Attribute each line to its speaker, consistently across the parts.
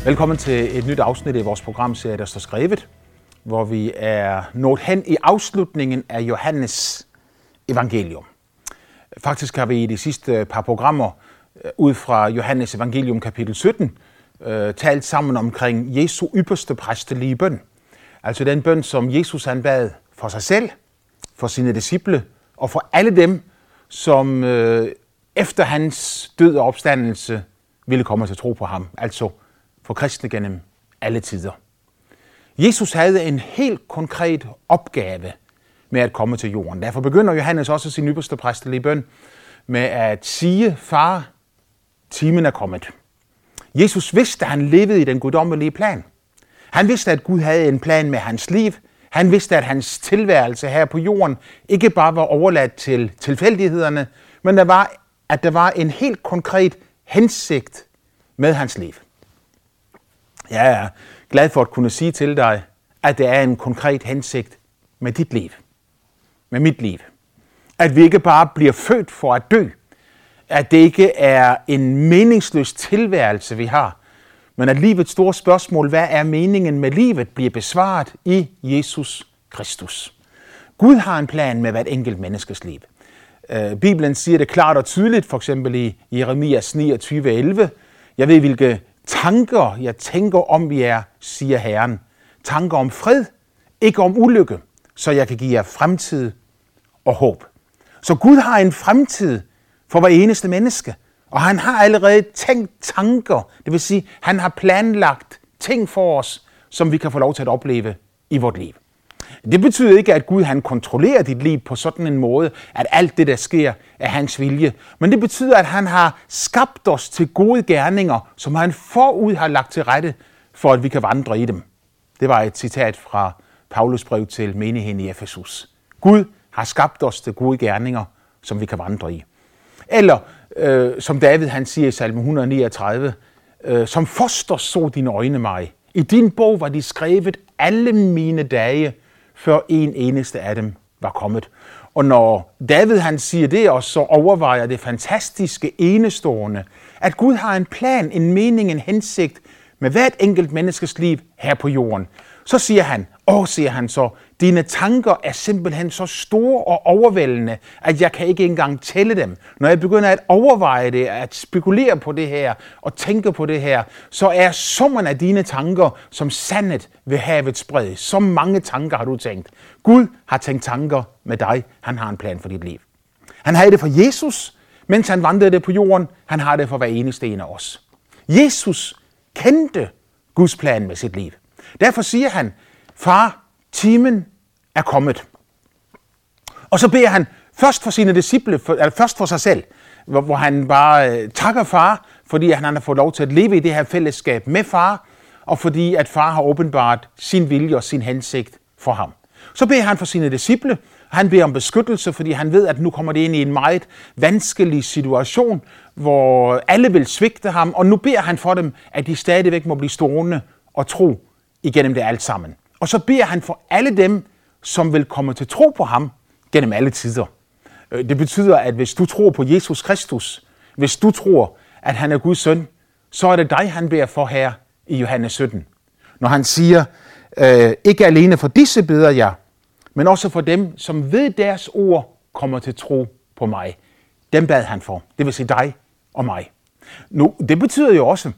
Speaker 1: Velkommen til et nyt afsnit i vores programserie, der står skrevet, hvor vi er nået hen i afslutningen af Johannes evangelium. Faktisk har vi i de sidste par programmer ud fra Johannes evangelium kapitel 17 talt sammen omkring Jesu ypperste præstelige bøn. Altså den bøn, som Jesus han bad for sig selv, for sine disciple og for alle dem, som efter hans død og opstandelse ville komme til tro på ham. Altså for kristne gennem alle tider. Jesus havde en helt konkret opgave med at komme til jorden. Derfor begynder Johannes også sin ypperste præstelige bøn med at sige, far, timen er kommet. Jesus vidste, at han levede i den guddommelige plan. Han vidste, at Gud havde en plan med hans liv. Han vidste, at hans tilværelse her på jorden ikke bare var overladt til tilfældighederne, men at der var en helt konkret hensigt med hans liv. Jeg er glad for at kunne sige til dig, at der er en konkret hensigt med dit liv, med mit liv. At vi ikke bare bliver født for at dø, at det ikke er en meningsløs tilværelse, vi har, men at livets store spørgsmål, hvad er meningen med livet, bliver besvaret i Jesus Kristus. Gud har en plan med hvert enkelt menneskes liv. Bibelen siger det klart og tydeligt, for eksempel i Jeremias 29:11. Jeg ved, hvilke tanker jeg tænker om jer, siger Herren. Tanker om fred, ikke om ulykke, så jeg kan give jer fremtid og håb. Så Gud har en fremtid for hver eneste menneske, og han har allerede tænkt tanker, det vil sige, han har planlagt ting for os, som vi kan få lov til at opleve i vort liv. Det betyder ikke, at Gud han kontrollerer dit liv på sådan en måde, at alt det, der sker, er hans vilje. Men det betyder, at han har skabt os til gode gerninger, som han forud har lagt til rette, for at vi kan vandre i dem. Det var et citat fra Paulus brev til menigheden i Efesus. Gud har skabt os til gode gerninger, som vi kan vandre i. Eller som David han siger i salme 139, som foster så dine øjne mig. I din bog var de skrevet alle mine dage, før en eneste af dem var kommet. Og når David han siger det, og så overvejer det fantastiske enestående, at Gud har en plan, en mening, en hensigt med hvert enkelt menneskes liv her på jorden, så siger han så, dine tanker er simpelthen så store og overvældende, at jeg kan ikke engang tælle dem. Når jeg begynder at overveje det, at spekulere på det her og tænke på det her, så er summen af dine tanker som sandet ved havets bred. Så mange tanker har du tænkt. Gud har tænkt tanker med dig. Han har en plan for dit liv. Han havde det for Jesus, mens han vandrede det på jorden. Han har det for hver eneste en af os. Jesus kendte Guds plan med sit liv. Derfor siger han, far, timen er kommet. Og så beder han først for sine disciple, først for sig selv, hvor han bare takker far, fordi han har fået lov til at leve i det her fællesskab med far, og fordi at far har åbenbart sin vilje og sin hensigt for ham. Så beder han for sine disciple, og han beder om beskyttelse, fordi han ved, at nu kommer det ind i en meget vanskelig situation, hvor alle vil svigte ham, og nu beder han for dem, at de stadigvæk må blive stående og tro igennem det alt sammen. Og så beder han for alle dem, som vil komme til tro på ham gennem alle tider. Det betyder, at hvis du tror på Jesus Kristus, hvis du tror, at han er Guds søn, så er det dig, han beder for her i Johannes 17. Når han siger, ikke alene for disse beder jeg, men også for dem, som ved deres ord kommer til tro på mig. Dem bad han for. Det vil sige dig og mig. Nu, det betyder jo også,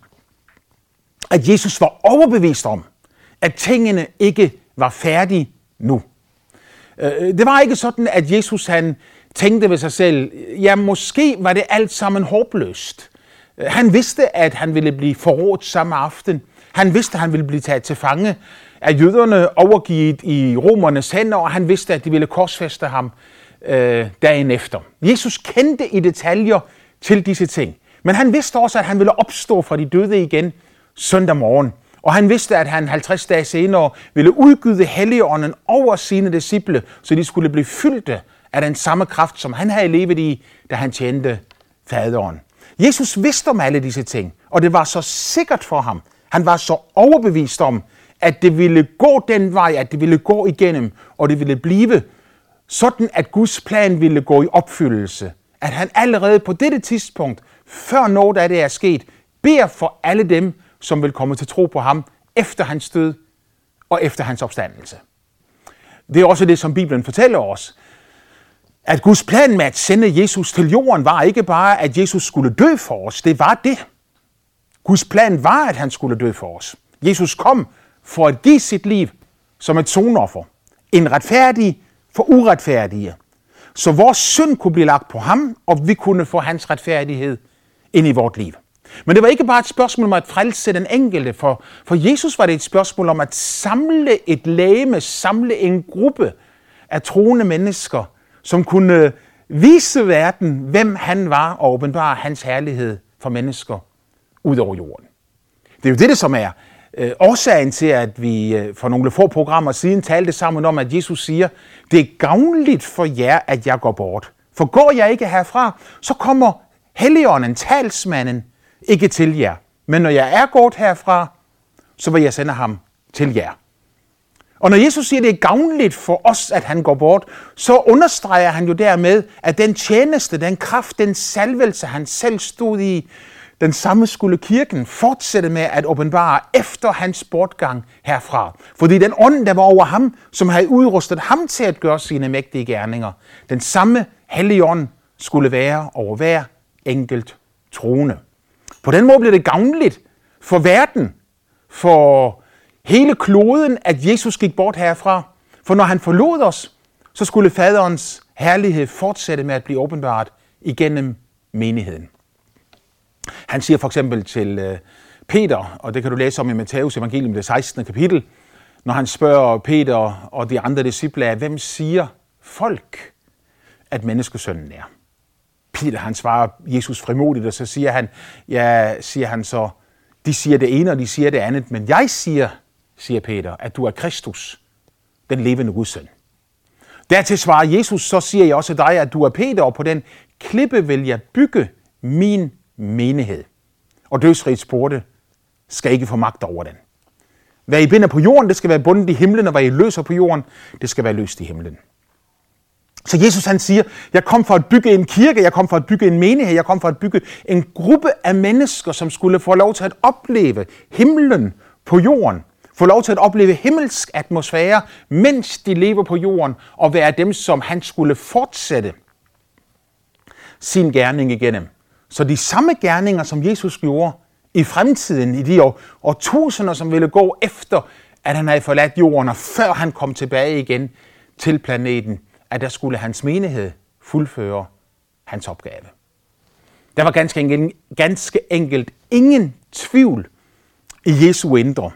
Speaker 1: at Jesus var overbevist om, at tingene ikke var færdige nu. Det var ikke sådan, at Jesus han tænkte ved sig selv, ja, måske var det alt sammen håbløst. Han vidste, at han ville blive forrådt samme aften. Han vidste, at han ville blive taget til fange af jøderne, overgivet i romernes hænder, og han vidste, at de ville korsfæste ham dagen efter. Jesus kendte i detaljer til disse ting, men han vidste også, at han ville opstå fra de døde igen søndag morgen. Og han vidste, at han 50 dage senere ville udgyde Helligånden over sine disciple, så de skulle blive fyldte af den samme kraft, som han havde levet i, da han tjente faderen. Jesus vidste om alle disse ting, og det var så sikkert for ham. Han var så overbevist om, at det ville gå den vej, at det ville gå igennem, og det ville blive sådan, at Guds plan ville gå i opfyldelse. At han allerede på dette tidspunkt, før noget af det er sket, beder for alle dem, som vil komme til tro på ham efter hans død og efter hans opstandelse. Det er også det, som Bibelen fortæller os. At Guds plan med at sende Jesus til jorden var ikke bare, at Jesus skulle dø for os. Det var det. Guds plan var, at han skulle dø for os. Jesus kom for at give sit liv som et sonoffer. En retfærdig for uretfærdige. Så vores synd kunne blive lagt på ham, og vi kunne få hans retfærdighed ind i vort liv. Men det var ikke bare et spørgsmål om at frelse den enkelte. For Jesus var det et spørgsmål om at samle et legeme, samle en gruppe af troende mennesker, som kunne vise verden, hvem han var, og åbenbare hans herlighed for mennesker ud over jorden. Det er jo det, som er årsagen til, at vi for nogle få programmer siden talte sammen om, at Jesus siger, det er gavnligt for jer, at jeg går bort. For går jeg ikke herfra, så kommer Helligånden, talsmanden, ikke til jer. Men når jeg er gået herfra, så vil jeg sende ham til jer. Og når Jesus siger, at det er gavnligt for os, at han går bort, så understreger han jo dermed, at den tjeneste, den kraft, den salvelse, han selv stod i, den samme skulle kirken fortsætte med at åbenbare efter hans bortgang herfra. Fordi den ånd, der var over ham, som havde udrustet ham til at gøre sine mægtige gerninger, den samme hellige ånd skulle være over hver enkelt troende. På den måde blev det gavnligt for verden, for hele kloden, at Jesus gik bort herfra. For når han forlod os, så skulle faderens herlighed fortsætte med at blive åbenbart igennem menigheden. Han siger for eksempel til Peter, og det kan du læse om i Matthæus evangelium, det 16. kapitel, når han spørger Peter og de andre disciple, hvem siger folk, at menneskesønnen er? Peter, han svarer Jesus frimodigt, og så siger han så, de siger det ene, og de siger det andet, men jeg siger Peter, at du er Kristus, den levende Guds søn. Dertil svarer Jesus, så siger jeg også dig, at du er Peter, og på den klippe vil jeg bygge min menighed. Og dødsrigets porte skal ikke få magt over den. Hvad I binder på jorden, det skal være bundet i himlen, og hvad I løser på jorden, det skal være løst i himlen. Så Jesus han siger, jeg kom for at bygge en kirke, jeg kom for at bygge en menighed, jeg kom for at bygge en gruppe af mennesker, som skulle få lov til at opleve himlen på jorden. Få lov til at opleve himmelsk atmosfære, mens de lever på jorden, og være dem, som han skulle fortsætte sin gerning igennem. Så de samme gerninger, som Jesus gjorde i fremtiden, i de årtusinder, som ville gå efter, at han havde forladt jorden, og før han kom tilbage igen til planeten, at der skulle hans menighed fuldføre hans opgave. Der var ganske enkelt ingen tvivl i Jesu indre,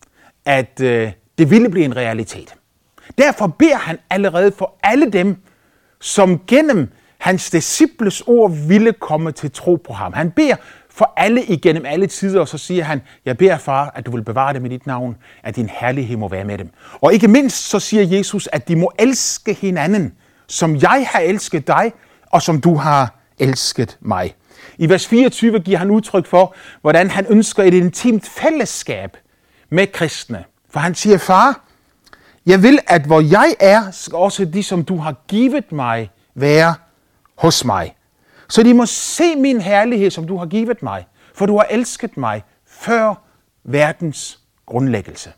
Speaker 1: at det ville blive en realitet. Derfor beder han allerede for alle dem, som gennem hans disciples ord ville komme til tro på ham. Han beder for alle igennem alle tider, og så siger han, jeg beder far, at du vil bevare dem i dit navn, at din herlighed må være med dem. Og ikke mindst så siger Jesus, at de må elske hinanden, som jeg har elsket dig, og som du har elsket mig. I vers 24 giver han udtryk for, hvordan han ønsker et intimt fællesskab med kristne. For han siger, far, jeg vil, at hvor jeg er, skal også de, som du har givet mig, være hos mig. Så de må se min herlighed, som du har givet mig, for du har elsket mig før verdens grundlæggelse.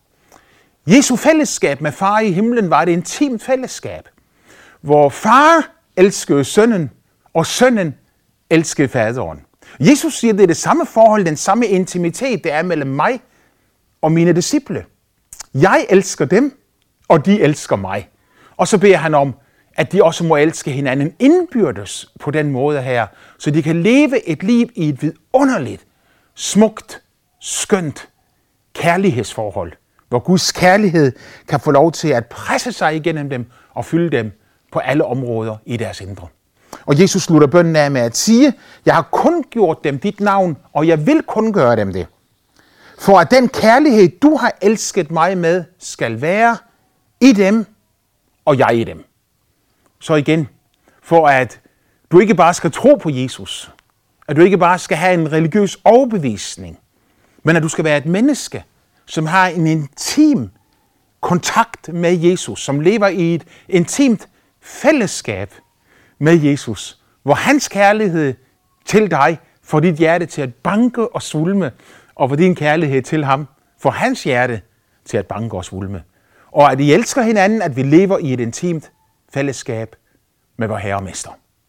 Speaker 1: Jesu fællesskab med far i himlen var et intimt fællesskab, hvor far elskede sønnen, og sønnen elskede faderen. Jesus siger, det er det samme forhold, den samme intimitet, der er mellem mig og mine disciple. Jeg elsker dem, og de elsker mig. Og så beder han om, at de også må elske hinanden indbyrdes på den måde her, så de kan leve et liv i et vidunderligt, smukt, skønt kærlighedsforhold, hvor Guds kærlighed kan få lov til at presse sig igennem dem og fylde dem på alle områder i deres indre. Og Jesus slutter bønnen af med at sige, jeg har kun gjort dem dit navn, og jeg vil kun gøre dem det. For at den kærlighed, du har elsket mig med, skal være i dem, og jeg i dem. Så igen, for at du ikke bare skal tro på Jesus, at du ikke bare skal have en religiøs overbevisning, men at du skal være et menneske, som har en intim kontakt med Jesus, som lever i et intimt fællesskab med Jesus, hvor hans kærlighed til dig får dit hjerte til at banke og svulme, og for din kærlighed til ham, for hans hjerte til at banke og svulme. Og at I elsker hinanden, at vi lever i et intimt fællesskab med vor Herre og Mester.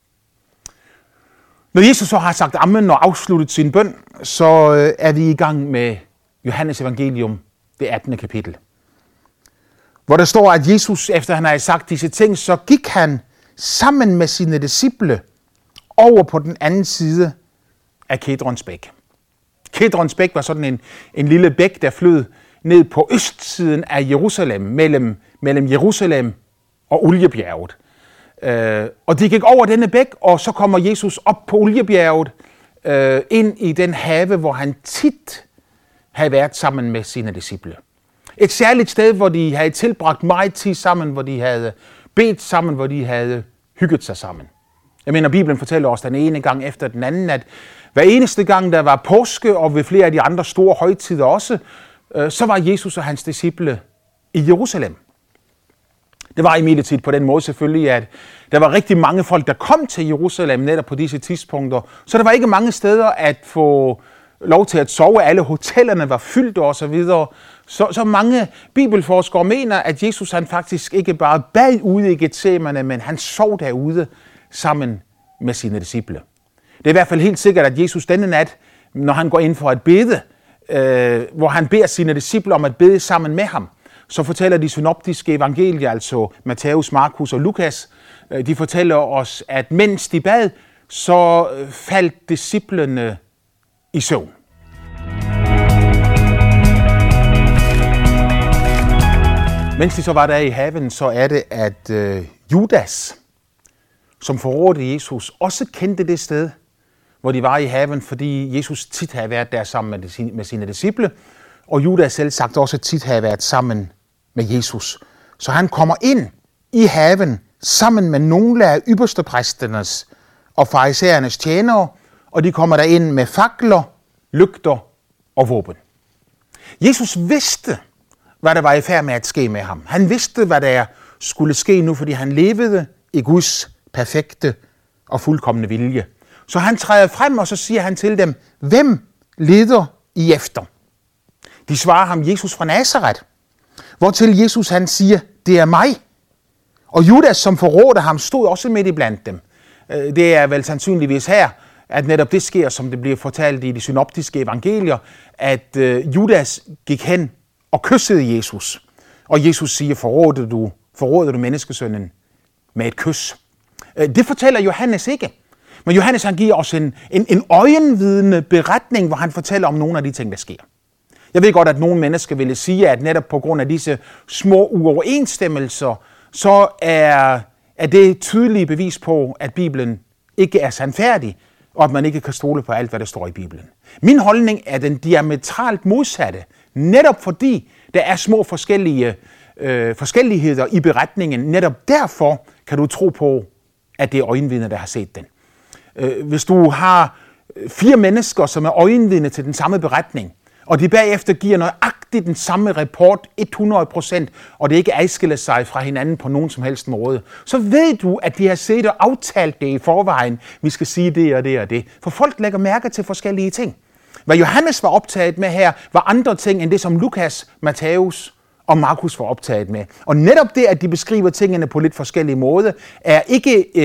Speaker 1: Når Jesus så har sagt amen og afsluttet sin bøn, så er vi i gang med Johannes evangelium, det 18. kapitel. Hvor der står, at Jesus, efter han havde sagt disse ting, så gik han sammen med sine disciple over på den anden side af Kedrons bæk. Kedrons bæk var sådan en lille bæk, der flød ned på østsiden af Jerusalem, mellem Jerusalem og Oliebjerget. Og de gik over denne bæk, og så kommer Jesus op på Oliebjerget, ind i den have, hvor han tit havde været sammen med sine disciple. Et særligt sted, hvor de havde tilbragt meget tid sammen, hvor de havde bedt sammen, hvor de havde hygget sig sammen. Jeg mener, Bibelen fortæller os den ene gang efter den anden, at hver eneste gang, der var påske, og ved flere af de andre store højtider også, så var Jesus og hans disciple i Jerusalem. Det var imidlertid på den måde selvfølgelig, at der var rigtig mange folk, der kom til Jerusalem netop på disse tidspunkter. Så der var ikke mange steder at få lov til at sove. Alle hotellerne var fyldt og så videre. Så mange bibelforskere mener, at Jesus han faktisk ikke bare bad ude i Getsemane, men han sov derude sammen med sine disciple. Det er i hvert fald helt sikkert, at Jesus denne nat, når han går ind for at bede, hvor han beder sine disciple om at bede sammen med ham, så fortæller de synoptiske evangelier, altså Matthæus, Markus og Lukas, de fortæller os, at mens de bad, så faldt disciplene i søvn. Mens de så var der i haven, så er det, at Judas, som forrådte Jesus, også kendte det sted, hvor de var i haven, fordi Jesus tit havde været der sammen med sine disciple, og Judas selv sagt også tit havde været sammen med Jesus. Så han kommer ind i haven sammen med nogle af ypperstepræsternes og farisæernes tjenere, og de kommer derind med fakler, lygter og våben. Jesus vidste, hvad der var i færd med at ske med ham. Han vidste, hvad der skulle ske nu, fordi han levede i Guds perfekte og fuldkomne vilje. Så han træder frem, og så siger han til dem, hvem leder I efter? De svarer ham, Jesus fra Nazaret. Hvortil Jesus han siger, det er mig. Og Judas, som forrådte ham, stod også midt i blandt dem. Det er vel sandsynligvis her, at netop det sker, som det bliver fortalt i de synoptiske evangelier, at Judas gik hen og kyssede Jesus. Og Jesus siger, forråder du menneskesønnen med et kys? Det fortæller Johannes ikke. Men Johannes han giver os en øjenvidende beretning, hvor han fortæller om nogle af de ting, der sker. Jeg ved godt, at nogle mennesker ville sige, at netop på grund af disse små uoverensstemmelser, så er det tydelige bevis på, at Bibelen ikke er sandfærdig, og at man ikke kan stole på alt, hvad der står i Bibelen. Min holdning er den diametralt modsatte, netop fordi der er små forskelligheder i beretningen. Netop derfor kan du tro på, at det er øjenvidner, der har set den. Hvis du har 4 mennesker, som er øjenvidne til den samme beretning, og de bagefter giver nøjagtigt den samme rapport 100%, og det ikke adskiller sig fra hinanden på nogen som helst måde, så ved du, at de har set og aftalt det i forvejen. Vi skal sige det og det og det. For folk lægger mærke til forskellige ting. Hvad Johannes var optaget med her, var andre ting end det, som Lukas, Matthæus og Markus var optaget med. Og netop det, at de beskriver tingene på lidt forskellige måder, er ikke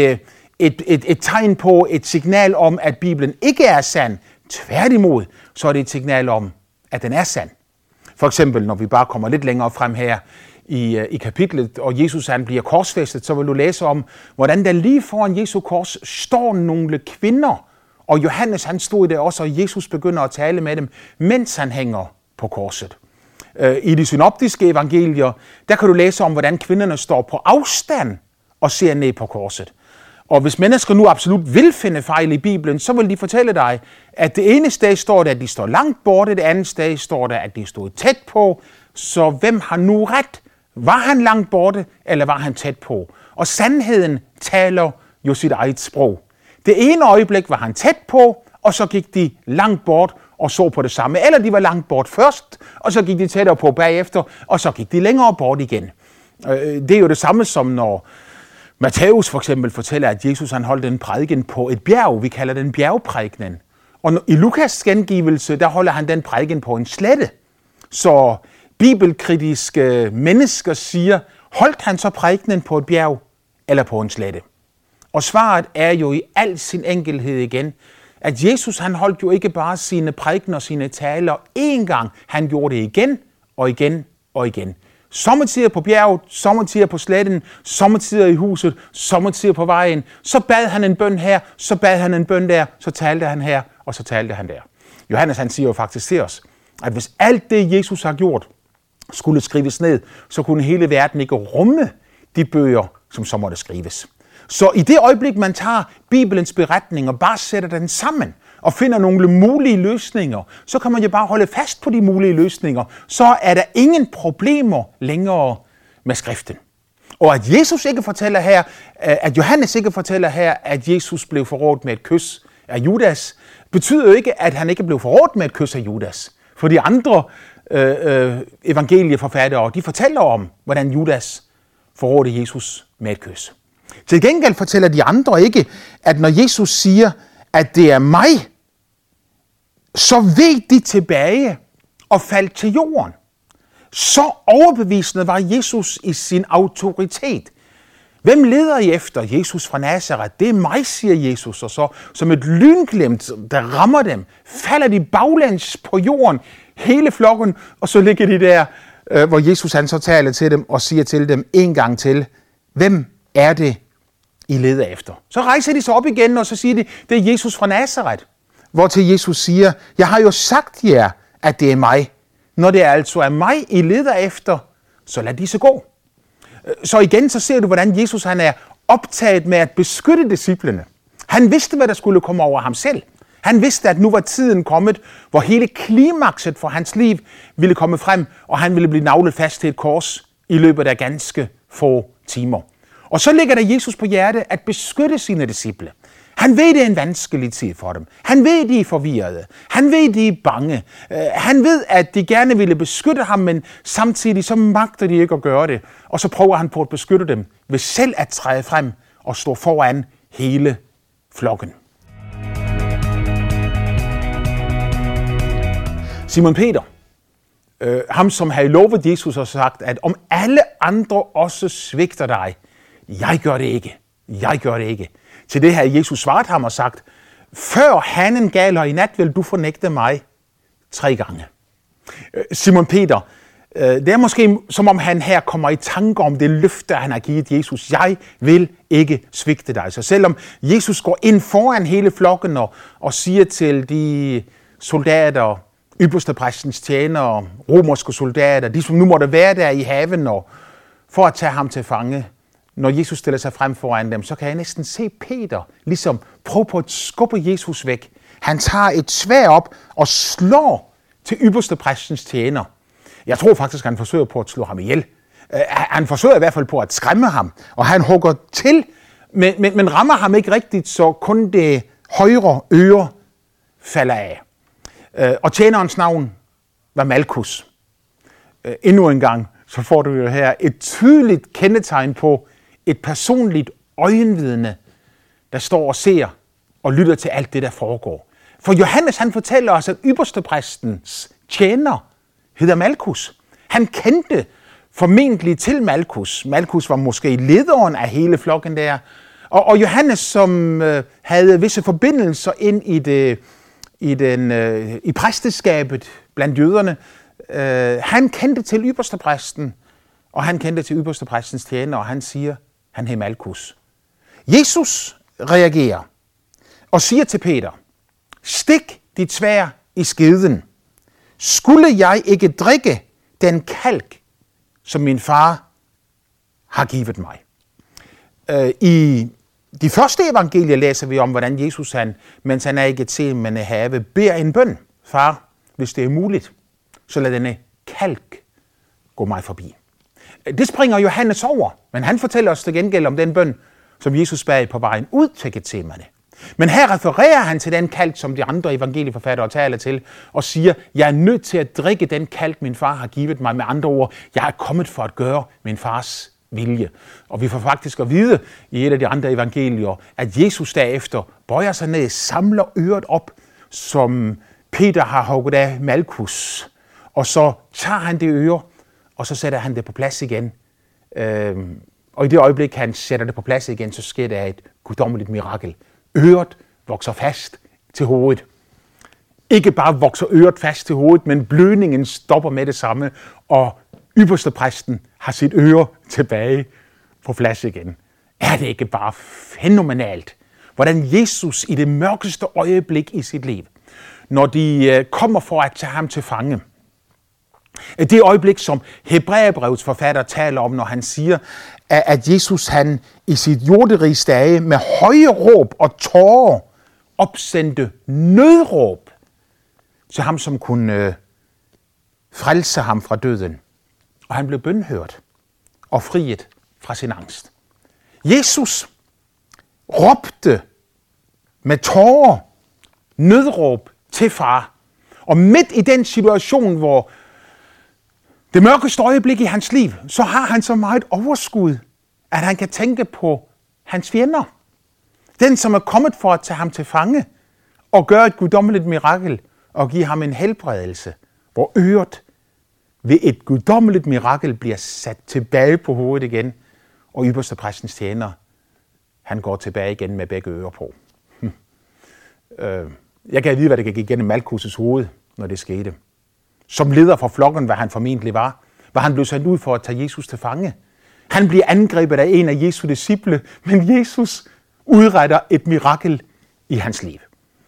Speaker 1: et tegn på, et signal om, at Bibelen ikke er sand. Tværtimod, så er det et signal om, at den er sand. For eksempel, når vi bare kommer lidt længere frem her i kapitlet, og Jesus han bliver korsfæstet, så vil du læse om, hvordan der lige foran Jesu kors står nogle kvinder, og Johannes han stod der også, og Jesus begynder at tale med dem, mens han hænger på korset. I de synoptiske evangelier, der kan du læse om, hvordan kvinderne står på afstand og ser ned på korset. Og hvis mennesker nu absolut vil finde fejl i Bibelen, så vil de fortælle dig, at det ene sted står der, at de står langt borte, det andet sted står der, at de stod tæt på. Så hvem har nu ret? Var han langt borte, eller var han tæt på? Og sandheden taler jo sit eget sprog. Det ene øjeblik var han tæt på, og så gik de langt bort og så på det samme. Eller de var langt bort først, og så gik de tættere på bagefter, og så gik de længere bort igen. Det er jo det samme som når Matthæus for eksempel fortæller, at Jesus han holdt en prædiken på et bjerg. Vi kalder den bjergprædikenen. Og i Lukas gengivelse, der holder han den prædiken på en slette. Så bibelkritiske mennesker siger, holdt han så prædikenen på et bjerg eller på en slette? Og svaret er jo i al sin enkelhed igen, at Jesus han holdt jo ikke bare sine prædikener og sine taler én gang, han gjorde det igen og igen og igen. Sommetider på bjerget, sommetider på sletten, sommetider i huset, sommetider på vejen. Så bad han en bøn her, så bad han en bøn der, så talte han her, og så talte han der. Johannes han siger jo faktisk til os, at hvis alt det, Jesus har gjort, skulle skrives ned, så kunne hele verden ikke rumme de bøger, som så måtte skrives. Så i det øjeblik, man tager Bibelens beretning og bare sætter den sammen og finder nogle mulige løsninger, så kan man jo bare holde fast på de mulige løsninger. Så er der ingen problemer længere med skriften. Og at Jesus ikke fortæller her, at Johannes ikke fortæller her, at Jesus blev forrådt med et kys af Judas, betyder jo ikke, at han ikke blev forrådt med et kys af Judas. For de andre evangelieforfattere, de fortæller om, hvordan Judas forrådte Jesus med et kys. Til gengæld fortæller de andre ikke, at når Jesus siger, at det er mig, så veg de tilbage og faldt til jorden. Så overbevisende var Jesus i sin autoritet. Hvem leder I efter? Jesus fra Nazareth. Det er mig, siger Jesus. Og så som et lynglimt, der rammer dem, falder de baglæns på jorden, hele flokken, og så ligger de der, hvor Jesus han så taler til dem og siger til dem en gang til, hvem er det, I leder efter? Så rejser de sig op igen, og så siger de, det er Jesus fra Nazareth. Hvortil Jesus siger, jeg har jo sagt jer, at det er mig. Når det altså er mig, I leder efter, så lad disse gå. Så igen, så ser du, hvordan Jesus han er optaget med at beskytte disciplene. Han vidste, hvad der skulle komme over ham selv. Han vidste, at nu var tiden kommet, hvor hele klimakset for hans liv ville komme frem, og han ville blive naglet fast til et kors i løbet af ganske få timer. Og så ligger der Jesus på hjerte at beskytte sine disciple. Han ved, det er en vanskelig tid for dem. Han ved, de er forvirrede. Han ved, de er bange. Han ved, at de gerne ville beskytte ham, men samtidig så magter de ikke at gøre det. Og så prøver han på at beskytte dem ved selv at træde frem og stå foran hele flokken. Simon Peter, ham som havde lovet Jesus og sagt, at om alle andre også svigter dig, jeg gør det ikke. Jeg gør det ikke. Til det her Jesus svaret ham og sagt, før hanen galer i nat, vil du fornægte mig 3 gange. Simon Peter, det er måske som om han her kommer i tanke om det løfte, han har givet Jesus. Jeg vil ikke svigte dig. Så selvom Jesus går ind foran hele flokken og siger til de soldater, ypperstepræstens tjenere, romerske soldater, de som nu måtte være der i haven og for at tage ham til fange, når Jesus stiller sig frem foran dem, så kan jeg næsten se Peter ligesom prøve på at skubbe Jesus væk. Han tager et sværd op og slår til ypperstepræstens tjener. Jeg tror faktisk, han forsøger på at slå ham ihjel. Han forsøger i hvert fald på at skræmme ham, og han hugger til, men rammer ham ikke rigtigt, så kun det højre øre falder af. Og tjenerens navn var Malkus. Endnu en gang, så får du jo her et tydeligt kendetegn på et personligt øjenvidne, der står og ser og lytter til alt det, der foregår. For Johannes, han fortæller os, at ypperstepræstens tjener hedder Malkus. Han kendte formentlig til Malkus. Malkus var måske lederen af hele flokken der. Og Johannes, som havde visse forbindelser ind i præsteskabet blandt jøderne, han kendte til ypperstepræsten, og han kendte til ypperstepræstens tjener, og han siger, han hed Malkus. Jesus reagerer og siger til Peter, stik dit sværd i skeden. Skulle jeg ikke drikke den kalk, som min far har givet mig? I de første evangelier læser vi om, hvordan Jesus, mens han er i Getsemane have, beder en bøn. Far, hvis det er muligt, så lad denne kalk gå mig forbi. Det springer Johannes over, men han fortæller os til gengæld om den bøn, som Jesus bad på vejen ud til Getsemane. Men her refererer han til den kalk, som de andre evangelieforfattere taler til, og siger, jeg er nødt til at drikke den kalk, min far har givet mig. Med andre ord, jeg er kommet for at gøre min fars vilje. Og vi får faktisk at vide i et af de andre evangelier, at Jesus derefter bøjer sig ned, samler øret op, som Peter har hugget af Malkus. Og så tager han det øre, og så sætter han det på plads igen. Og i det øjeblik, han sætter det på plads igen, så sker der et guddommeligt mirakel. Øret vokser fast til hovedet. Ikke bare vokser øret fast til hovedet, men blødningen stopper med det samme, og ypperstepræsten har sit øre tilbage på plads igen. Er det ikke bare fænomenalt, hvordan Jesus i det mørkeste øjeblik i sit liv, når de kommer for at tage ham til fange, det øjeblik, som Hebræerbrevets forfatter taler om, når han siger, at Jesus han i sit jorderiges dage med høje råb og tårer opsendte nødråb til ham, som kunne frelse ham fra døden. Og han blev bønhørt og friet fra sin angst. Jesus råbte med tårer nødråb til far. Og midt i den situation, hvor det mørkeste øjeblik i hans liv, så har han så meget overskud, at han kan tænke på hans fjender. Den, som er kommet for at tage ham til fange og gøre et guddommeligt mirakel og give ham en helbredelse, hvor øret ved et guddommeligt mirakel bliver sat tilbage på hovedet igen, og ypperstepræstens tjener, han går tilbage igen med begge ører på. Jeg kan vide, hvad der gik igennem Malkus' hoved, når det skete. Som leder for flokken, hvad han formentlig var han blev sendt ud for at tage Jesus til fange. Han bliver angrebet af en af Jesu disciple, men Jesus udretter et mirakel i hans liv.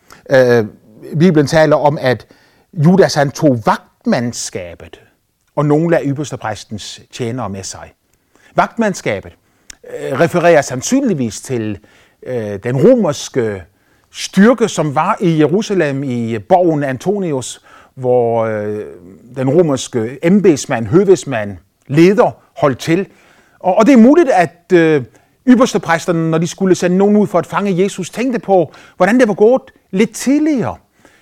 Speaker 1: Bibelen taler om, at Judas han tog vagtmandskabet og nogle af ypperstepræstens tjenere med sig. Vagtmandskabet refererer sandsynligvis til den romerske styrke, som var i Jerusalem i borgen Antonius, hvor den romerske embedsmand, høvedsmand, leder holdt til. Og det er muligt, at ypperstepræsterne, når de skulle sende nogen ud for at fange Jesus, tænkte på, hvordan det var gået lidt tidligere.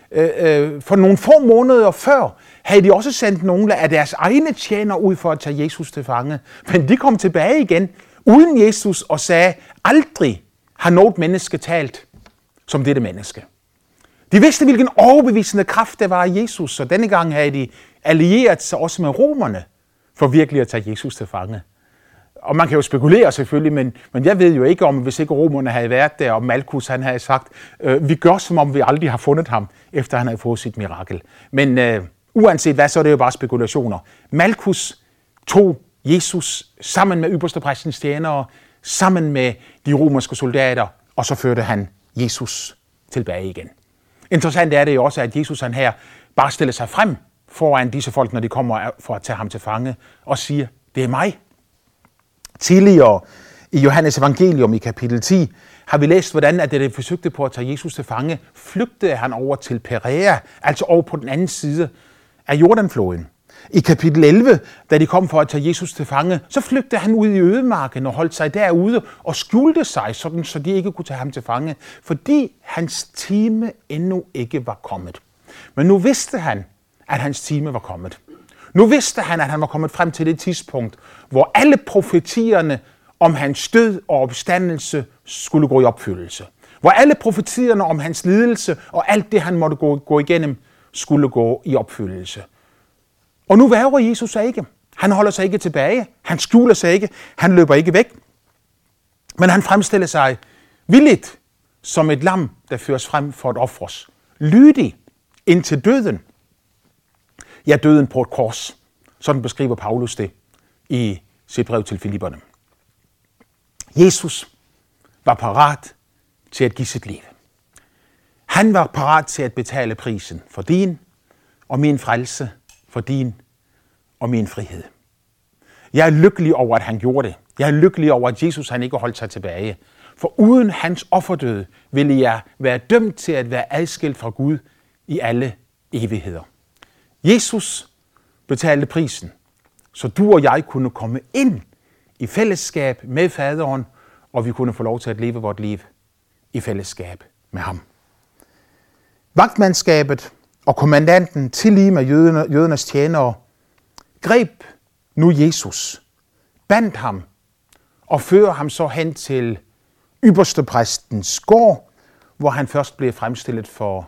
Speaker 1: For nogle få måneder før havde de også sendt nogle af deres egne tjenere ud for at tage Jesus til fange. Men de kom tilbage igen uden Jesus og sagde, aldrig har noget menneske talt som dette menneske. De vidste, hvilken overbevisende kraft der var i Jesus, og denne gang havde de allieret sig også med romerne for virkelig at tage Jesus til fange. Og man kan jo spekulere selvfølgelig, men jeg ved jo ikke om, hvis ikke romerne havde været der, og Malkus han havde sagt, vi gør som om vi aldrig har fundet ham, efter han havde fået sit mirakel. Men uanset hvad, så er det jo bare spekulationer. Malkus tog Jesus sammen med ypperstepræstens tjenere, sammen med de romerske soldater, og så førte han Jesus tilbage igen. Interessant er det jo også, at Jesus han her bare stiller sig frem foran disse folk, når de kommer for at tage ham til fange, og siger, det er mig. Tidligere i Johannes evangelium i kapitel 10 har vi læst, hvordan at det forsøgte på at tage Jesus til fange, flygtede han over til Perea, altså over på den anden side af Jordanfloden. I kapitel 11, da de kom for at tage Jesus til fange, så flygtede han ud i ødemarken og holdt sig derude og skjulte sig, sådan, så de ikke kunne tage ham til fange, fordi hans time endnu ikke var kommet. Men nu vidste han, at hans time var kommet. Nu vidste han, at han var kommet frem til det tidspunkt, hvor alle profetierne om hans død og opstandelse skulle gå i opfyldelse. Hvor alle profetierne om hans lidelse og alt det, han måtte gå igennem, skulle gå i opfyldelse. Og nu værer Jesus sig ikke. Han holder sig ikke tilbage. Han skjuler sig ikke. Han løber ikke væk. Men han fremstiller sig villigt som et lam, der føres frem for at ofres. Lydig indtil døden. Ja, døden på et kors. Sådan beskriver Paulus det i sit brev til Filipperne. Jesus var parat til at give sit liv. Han var parat til at betale prisen for din og min frelse, for din og min frihed. Jeg er lykkelig over, at han gjorde det. Jeg er lykkelig over, at Jesus han ikke holdt sig tilbage. For uden hans offerdød ville jeg være dømt til at være adskilt fra Gud i alle evigheder. Jesus betalte prisen, så du og jeg kunne komme ind i fællesskab med faderen, og vi kunne få lov til at leve vort liv i fællesskab med ham. Vagtmandskabet og kommandanten tillige med jødernes tjenere greb nu Jesus, bandt ham og førte ham så hen til ypperstepræstens gård, hvor han først blev fremstillet for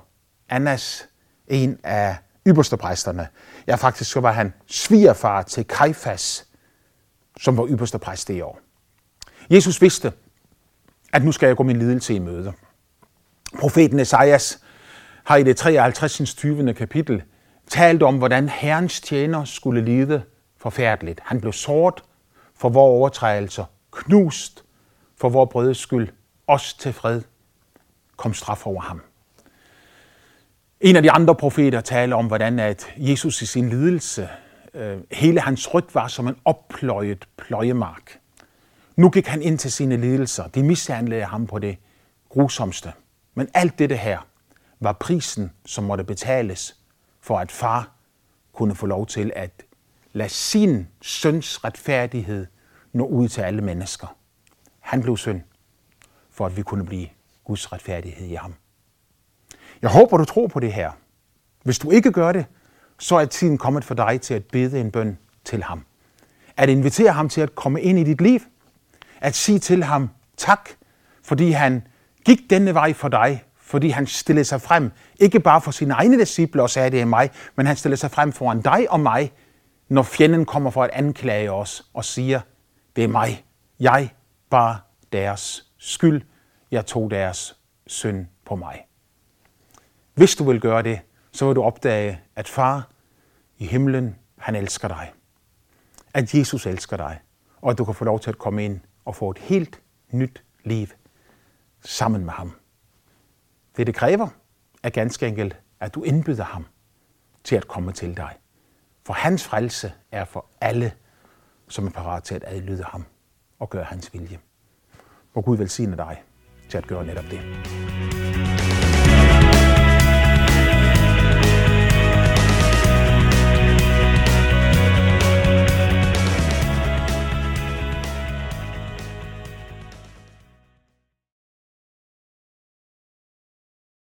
Speaker 1: Annas en af ypperstepræsterne. Ja, faktisk så var han svigerfar til Kajfas, som var ypperstepræst det år. Jesus vidste, at nu skal jeg gå min lidelse i møde. Profeten Esajas har i det 53. 20. kapitel talt om, hvordan Herrens tjener skulle lide forfærdeligt. Han blev såret for vores overtrædelser, knust for vores brødes skyld, os til fred kom straf over ham. En af de andre profeter taler om, hvordan at Jesus i sin lidelse, hele hans ryg var som en oppløjet pløjemark. Nu gik han ind til sine lidelser. De mishandlede ham på det grusomste. Men alt dette her var prisen, som måtte betales, for at far kunne få lov til at lade sin søns retfærdighed nå ud til alle mennesker. Han blev synd, for at vi kunne blive Guds retfærdighed i ham. Jeg håber, du tror på det her. Hvis du ikke gør det, så er tiden kommet for dig til at bede en bøn til ham. At invitere ham til at komme ind i dit liv. At sige til ham tak, fordi han gik denne vej for dig, fordi han stillede sig frem, ikke bare for sine egne disciple og sagde, det er mig, men han stillede sig frem foran dig og mig, når fjenden kommer for at anklage os og siger, det er mig, jeg bar deres skyld, jeg tog deres synd på mig. Hvis du vil gøre det, så vil du opdage, at far i himlen, han elsker dig. At Jesus elsker dig, og at du kan få lov til at komme ind og få et helt nyt liv sammen med ham. Det kræver er ganske enkelt, at du indbyder ham til at komme til dig. For hans frelse er for alle, som er parat til at adlyde ham og gøre hans vilje. Og Gud velsigne dig til at gøre netop det.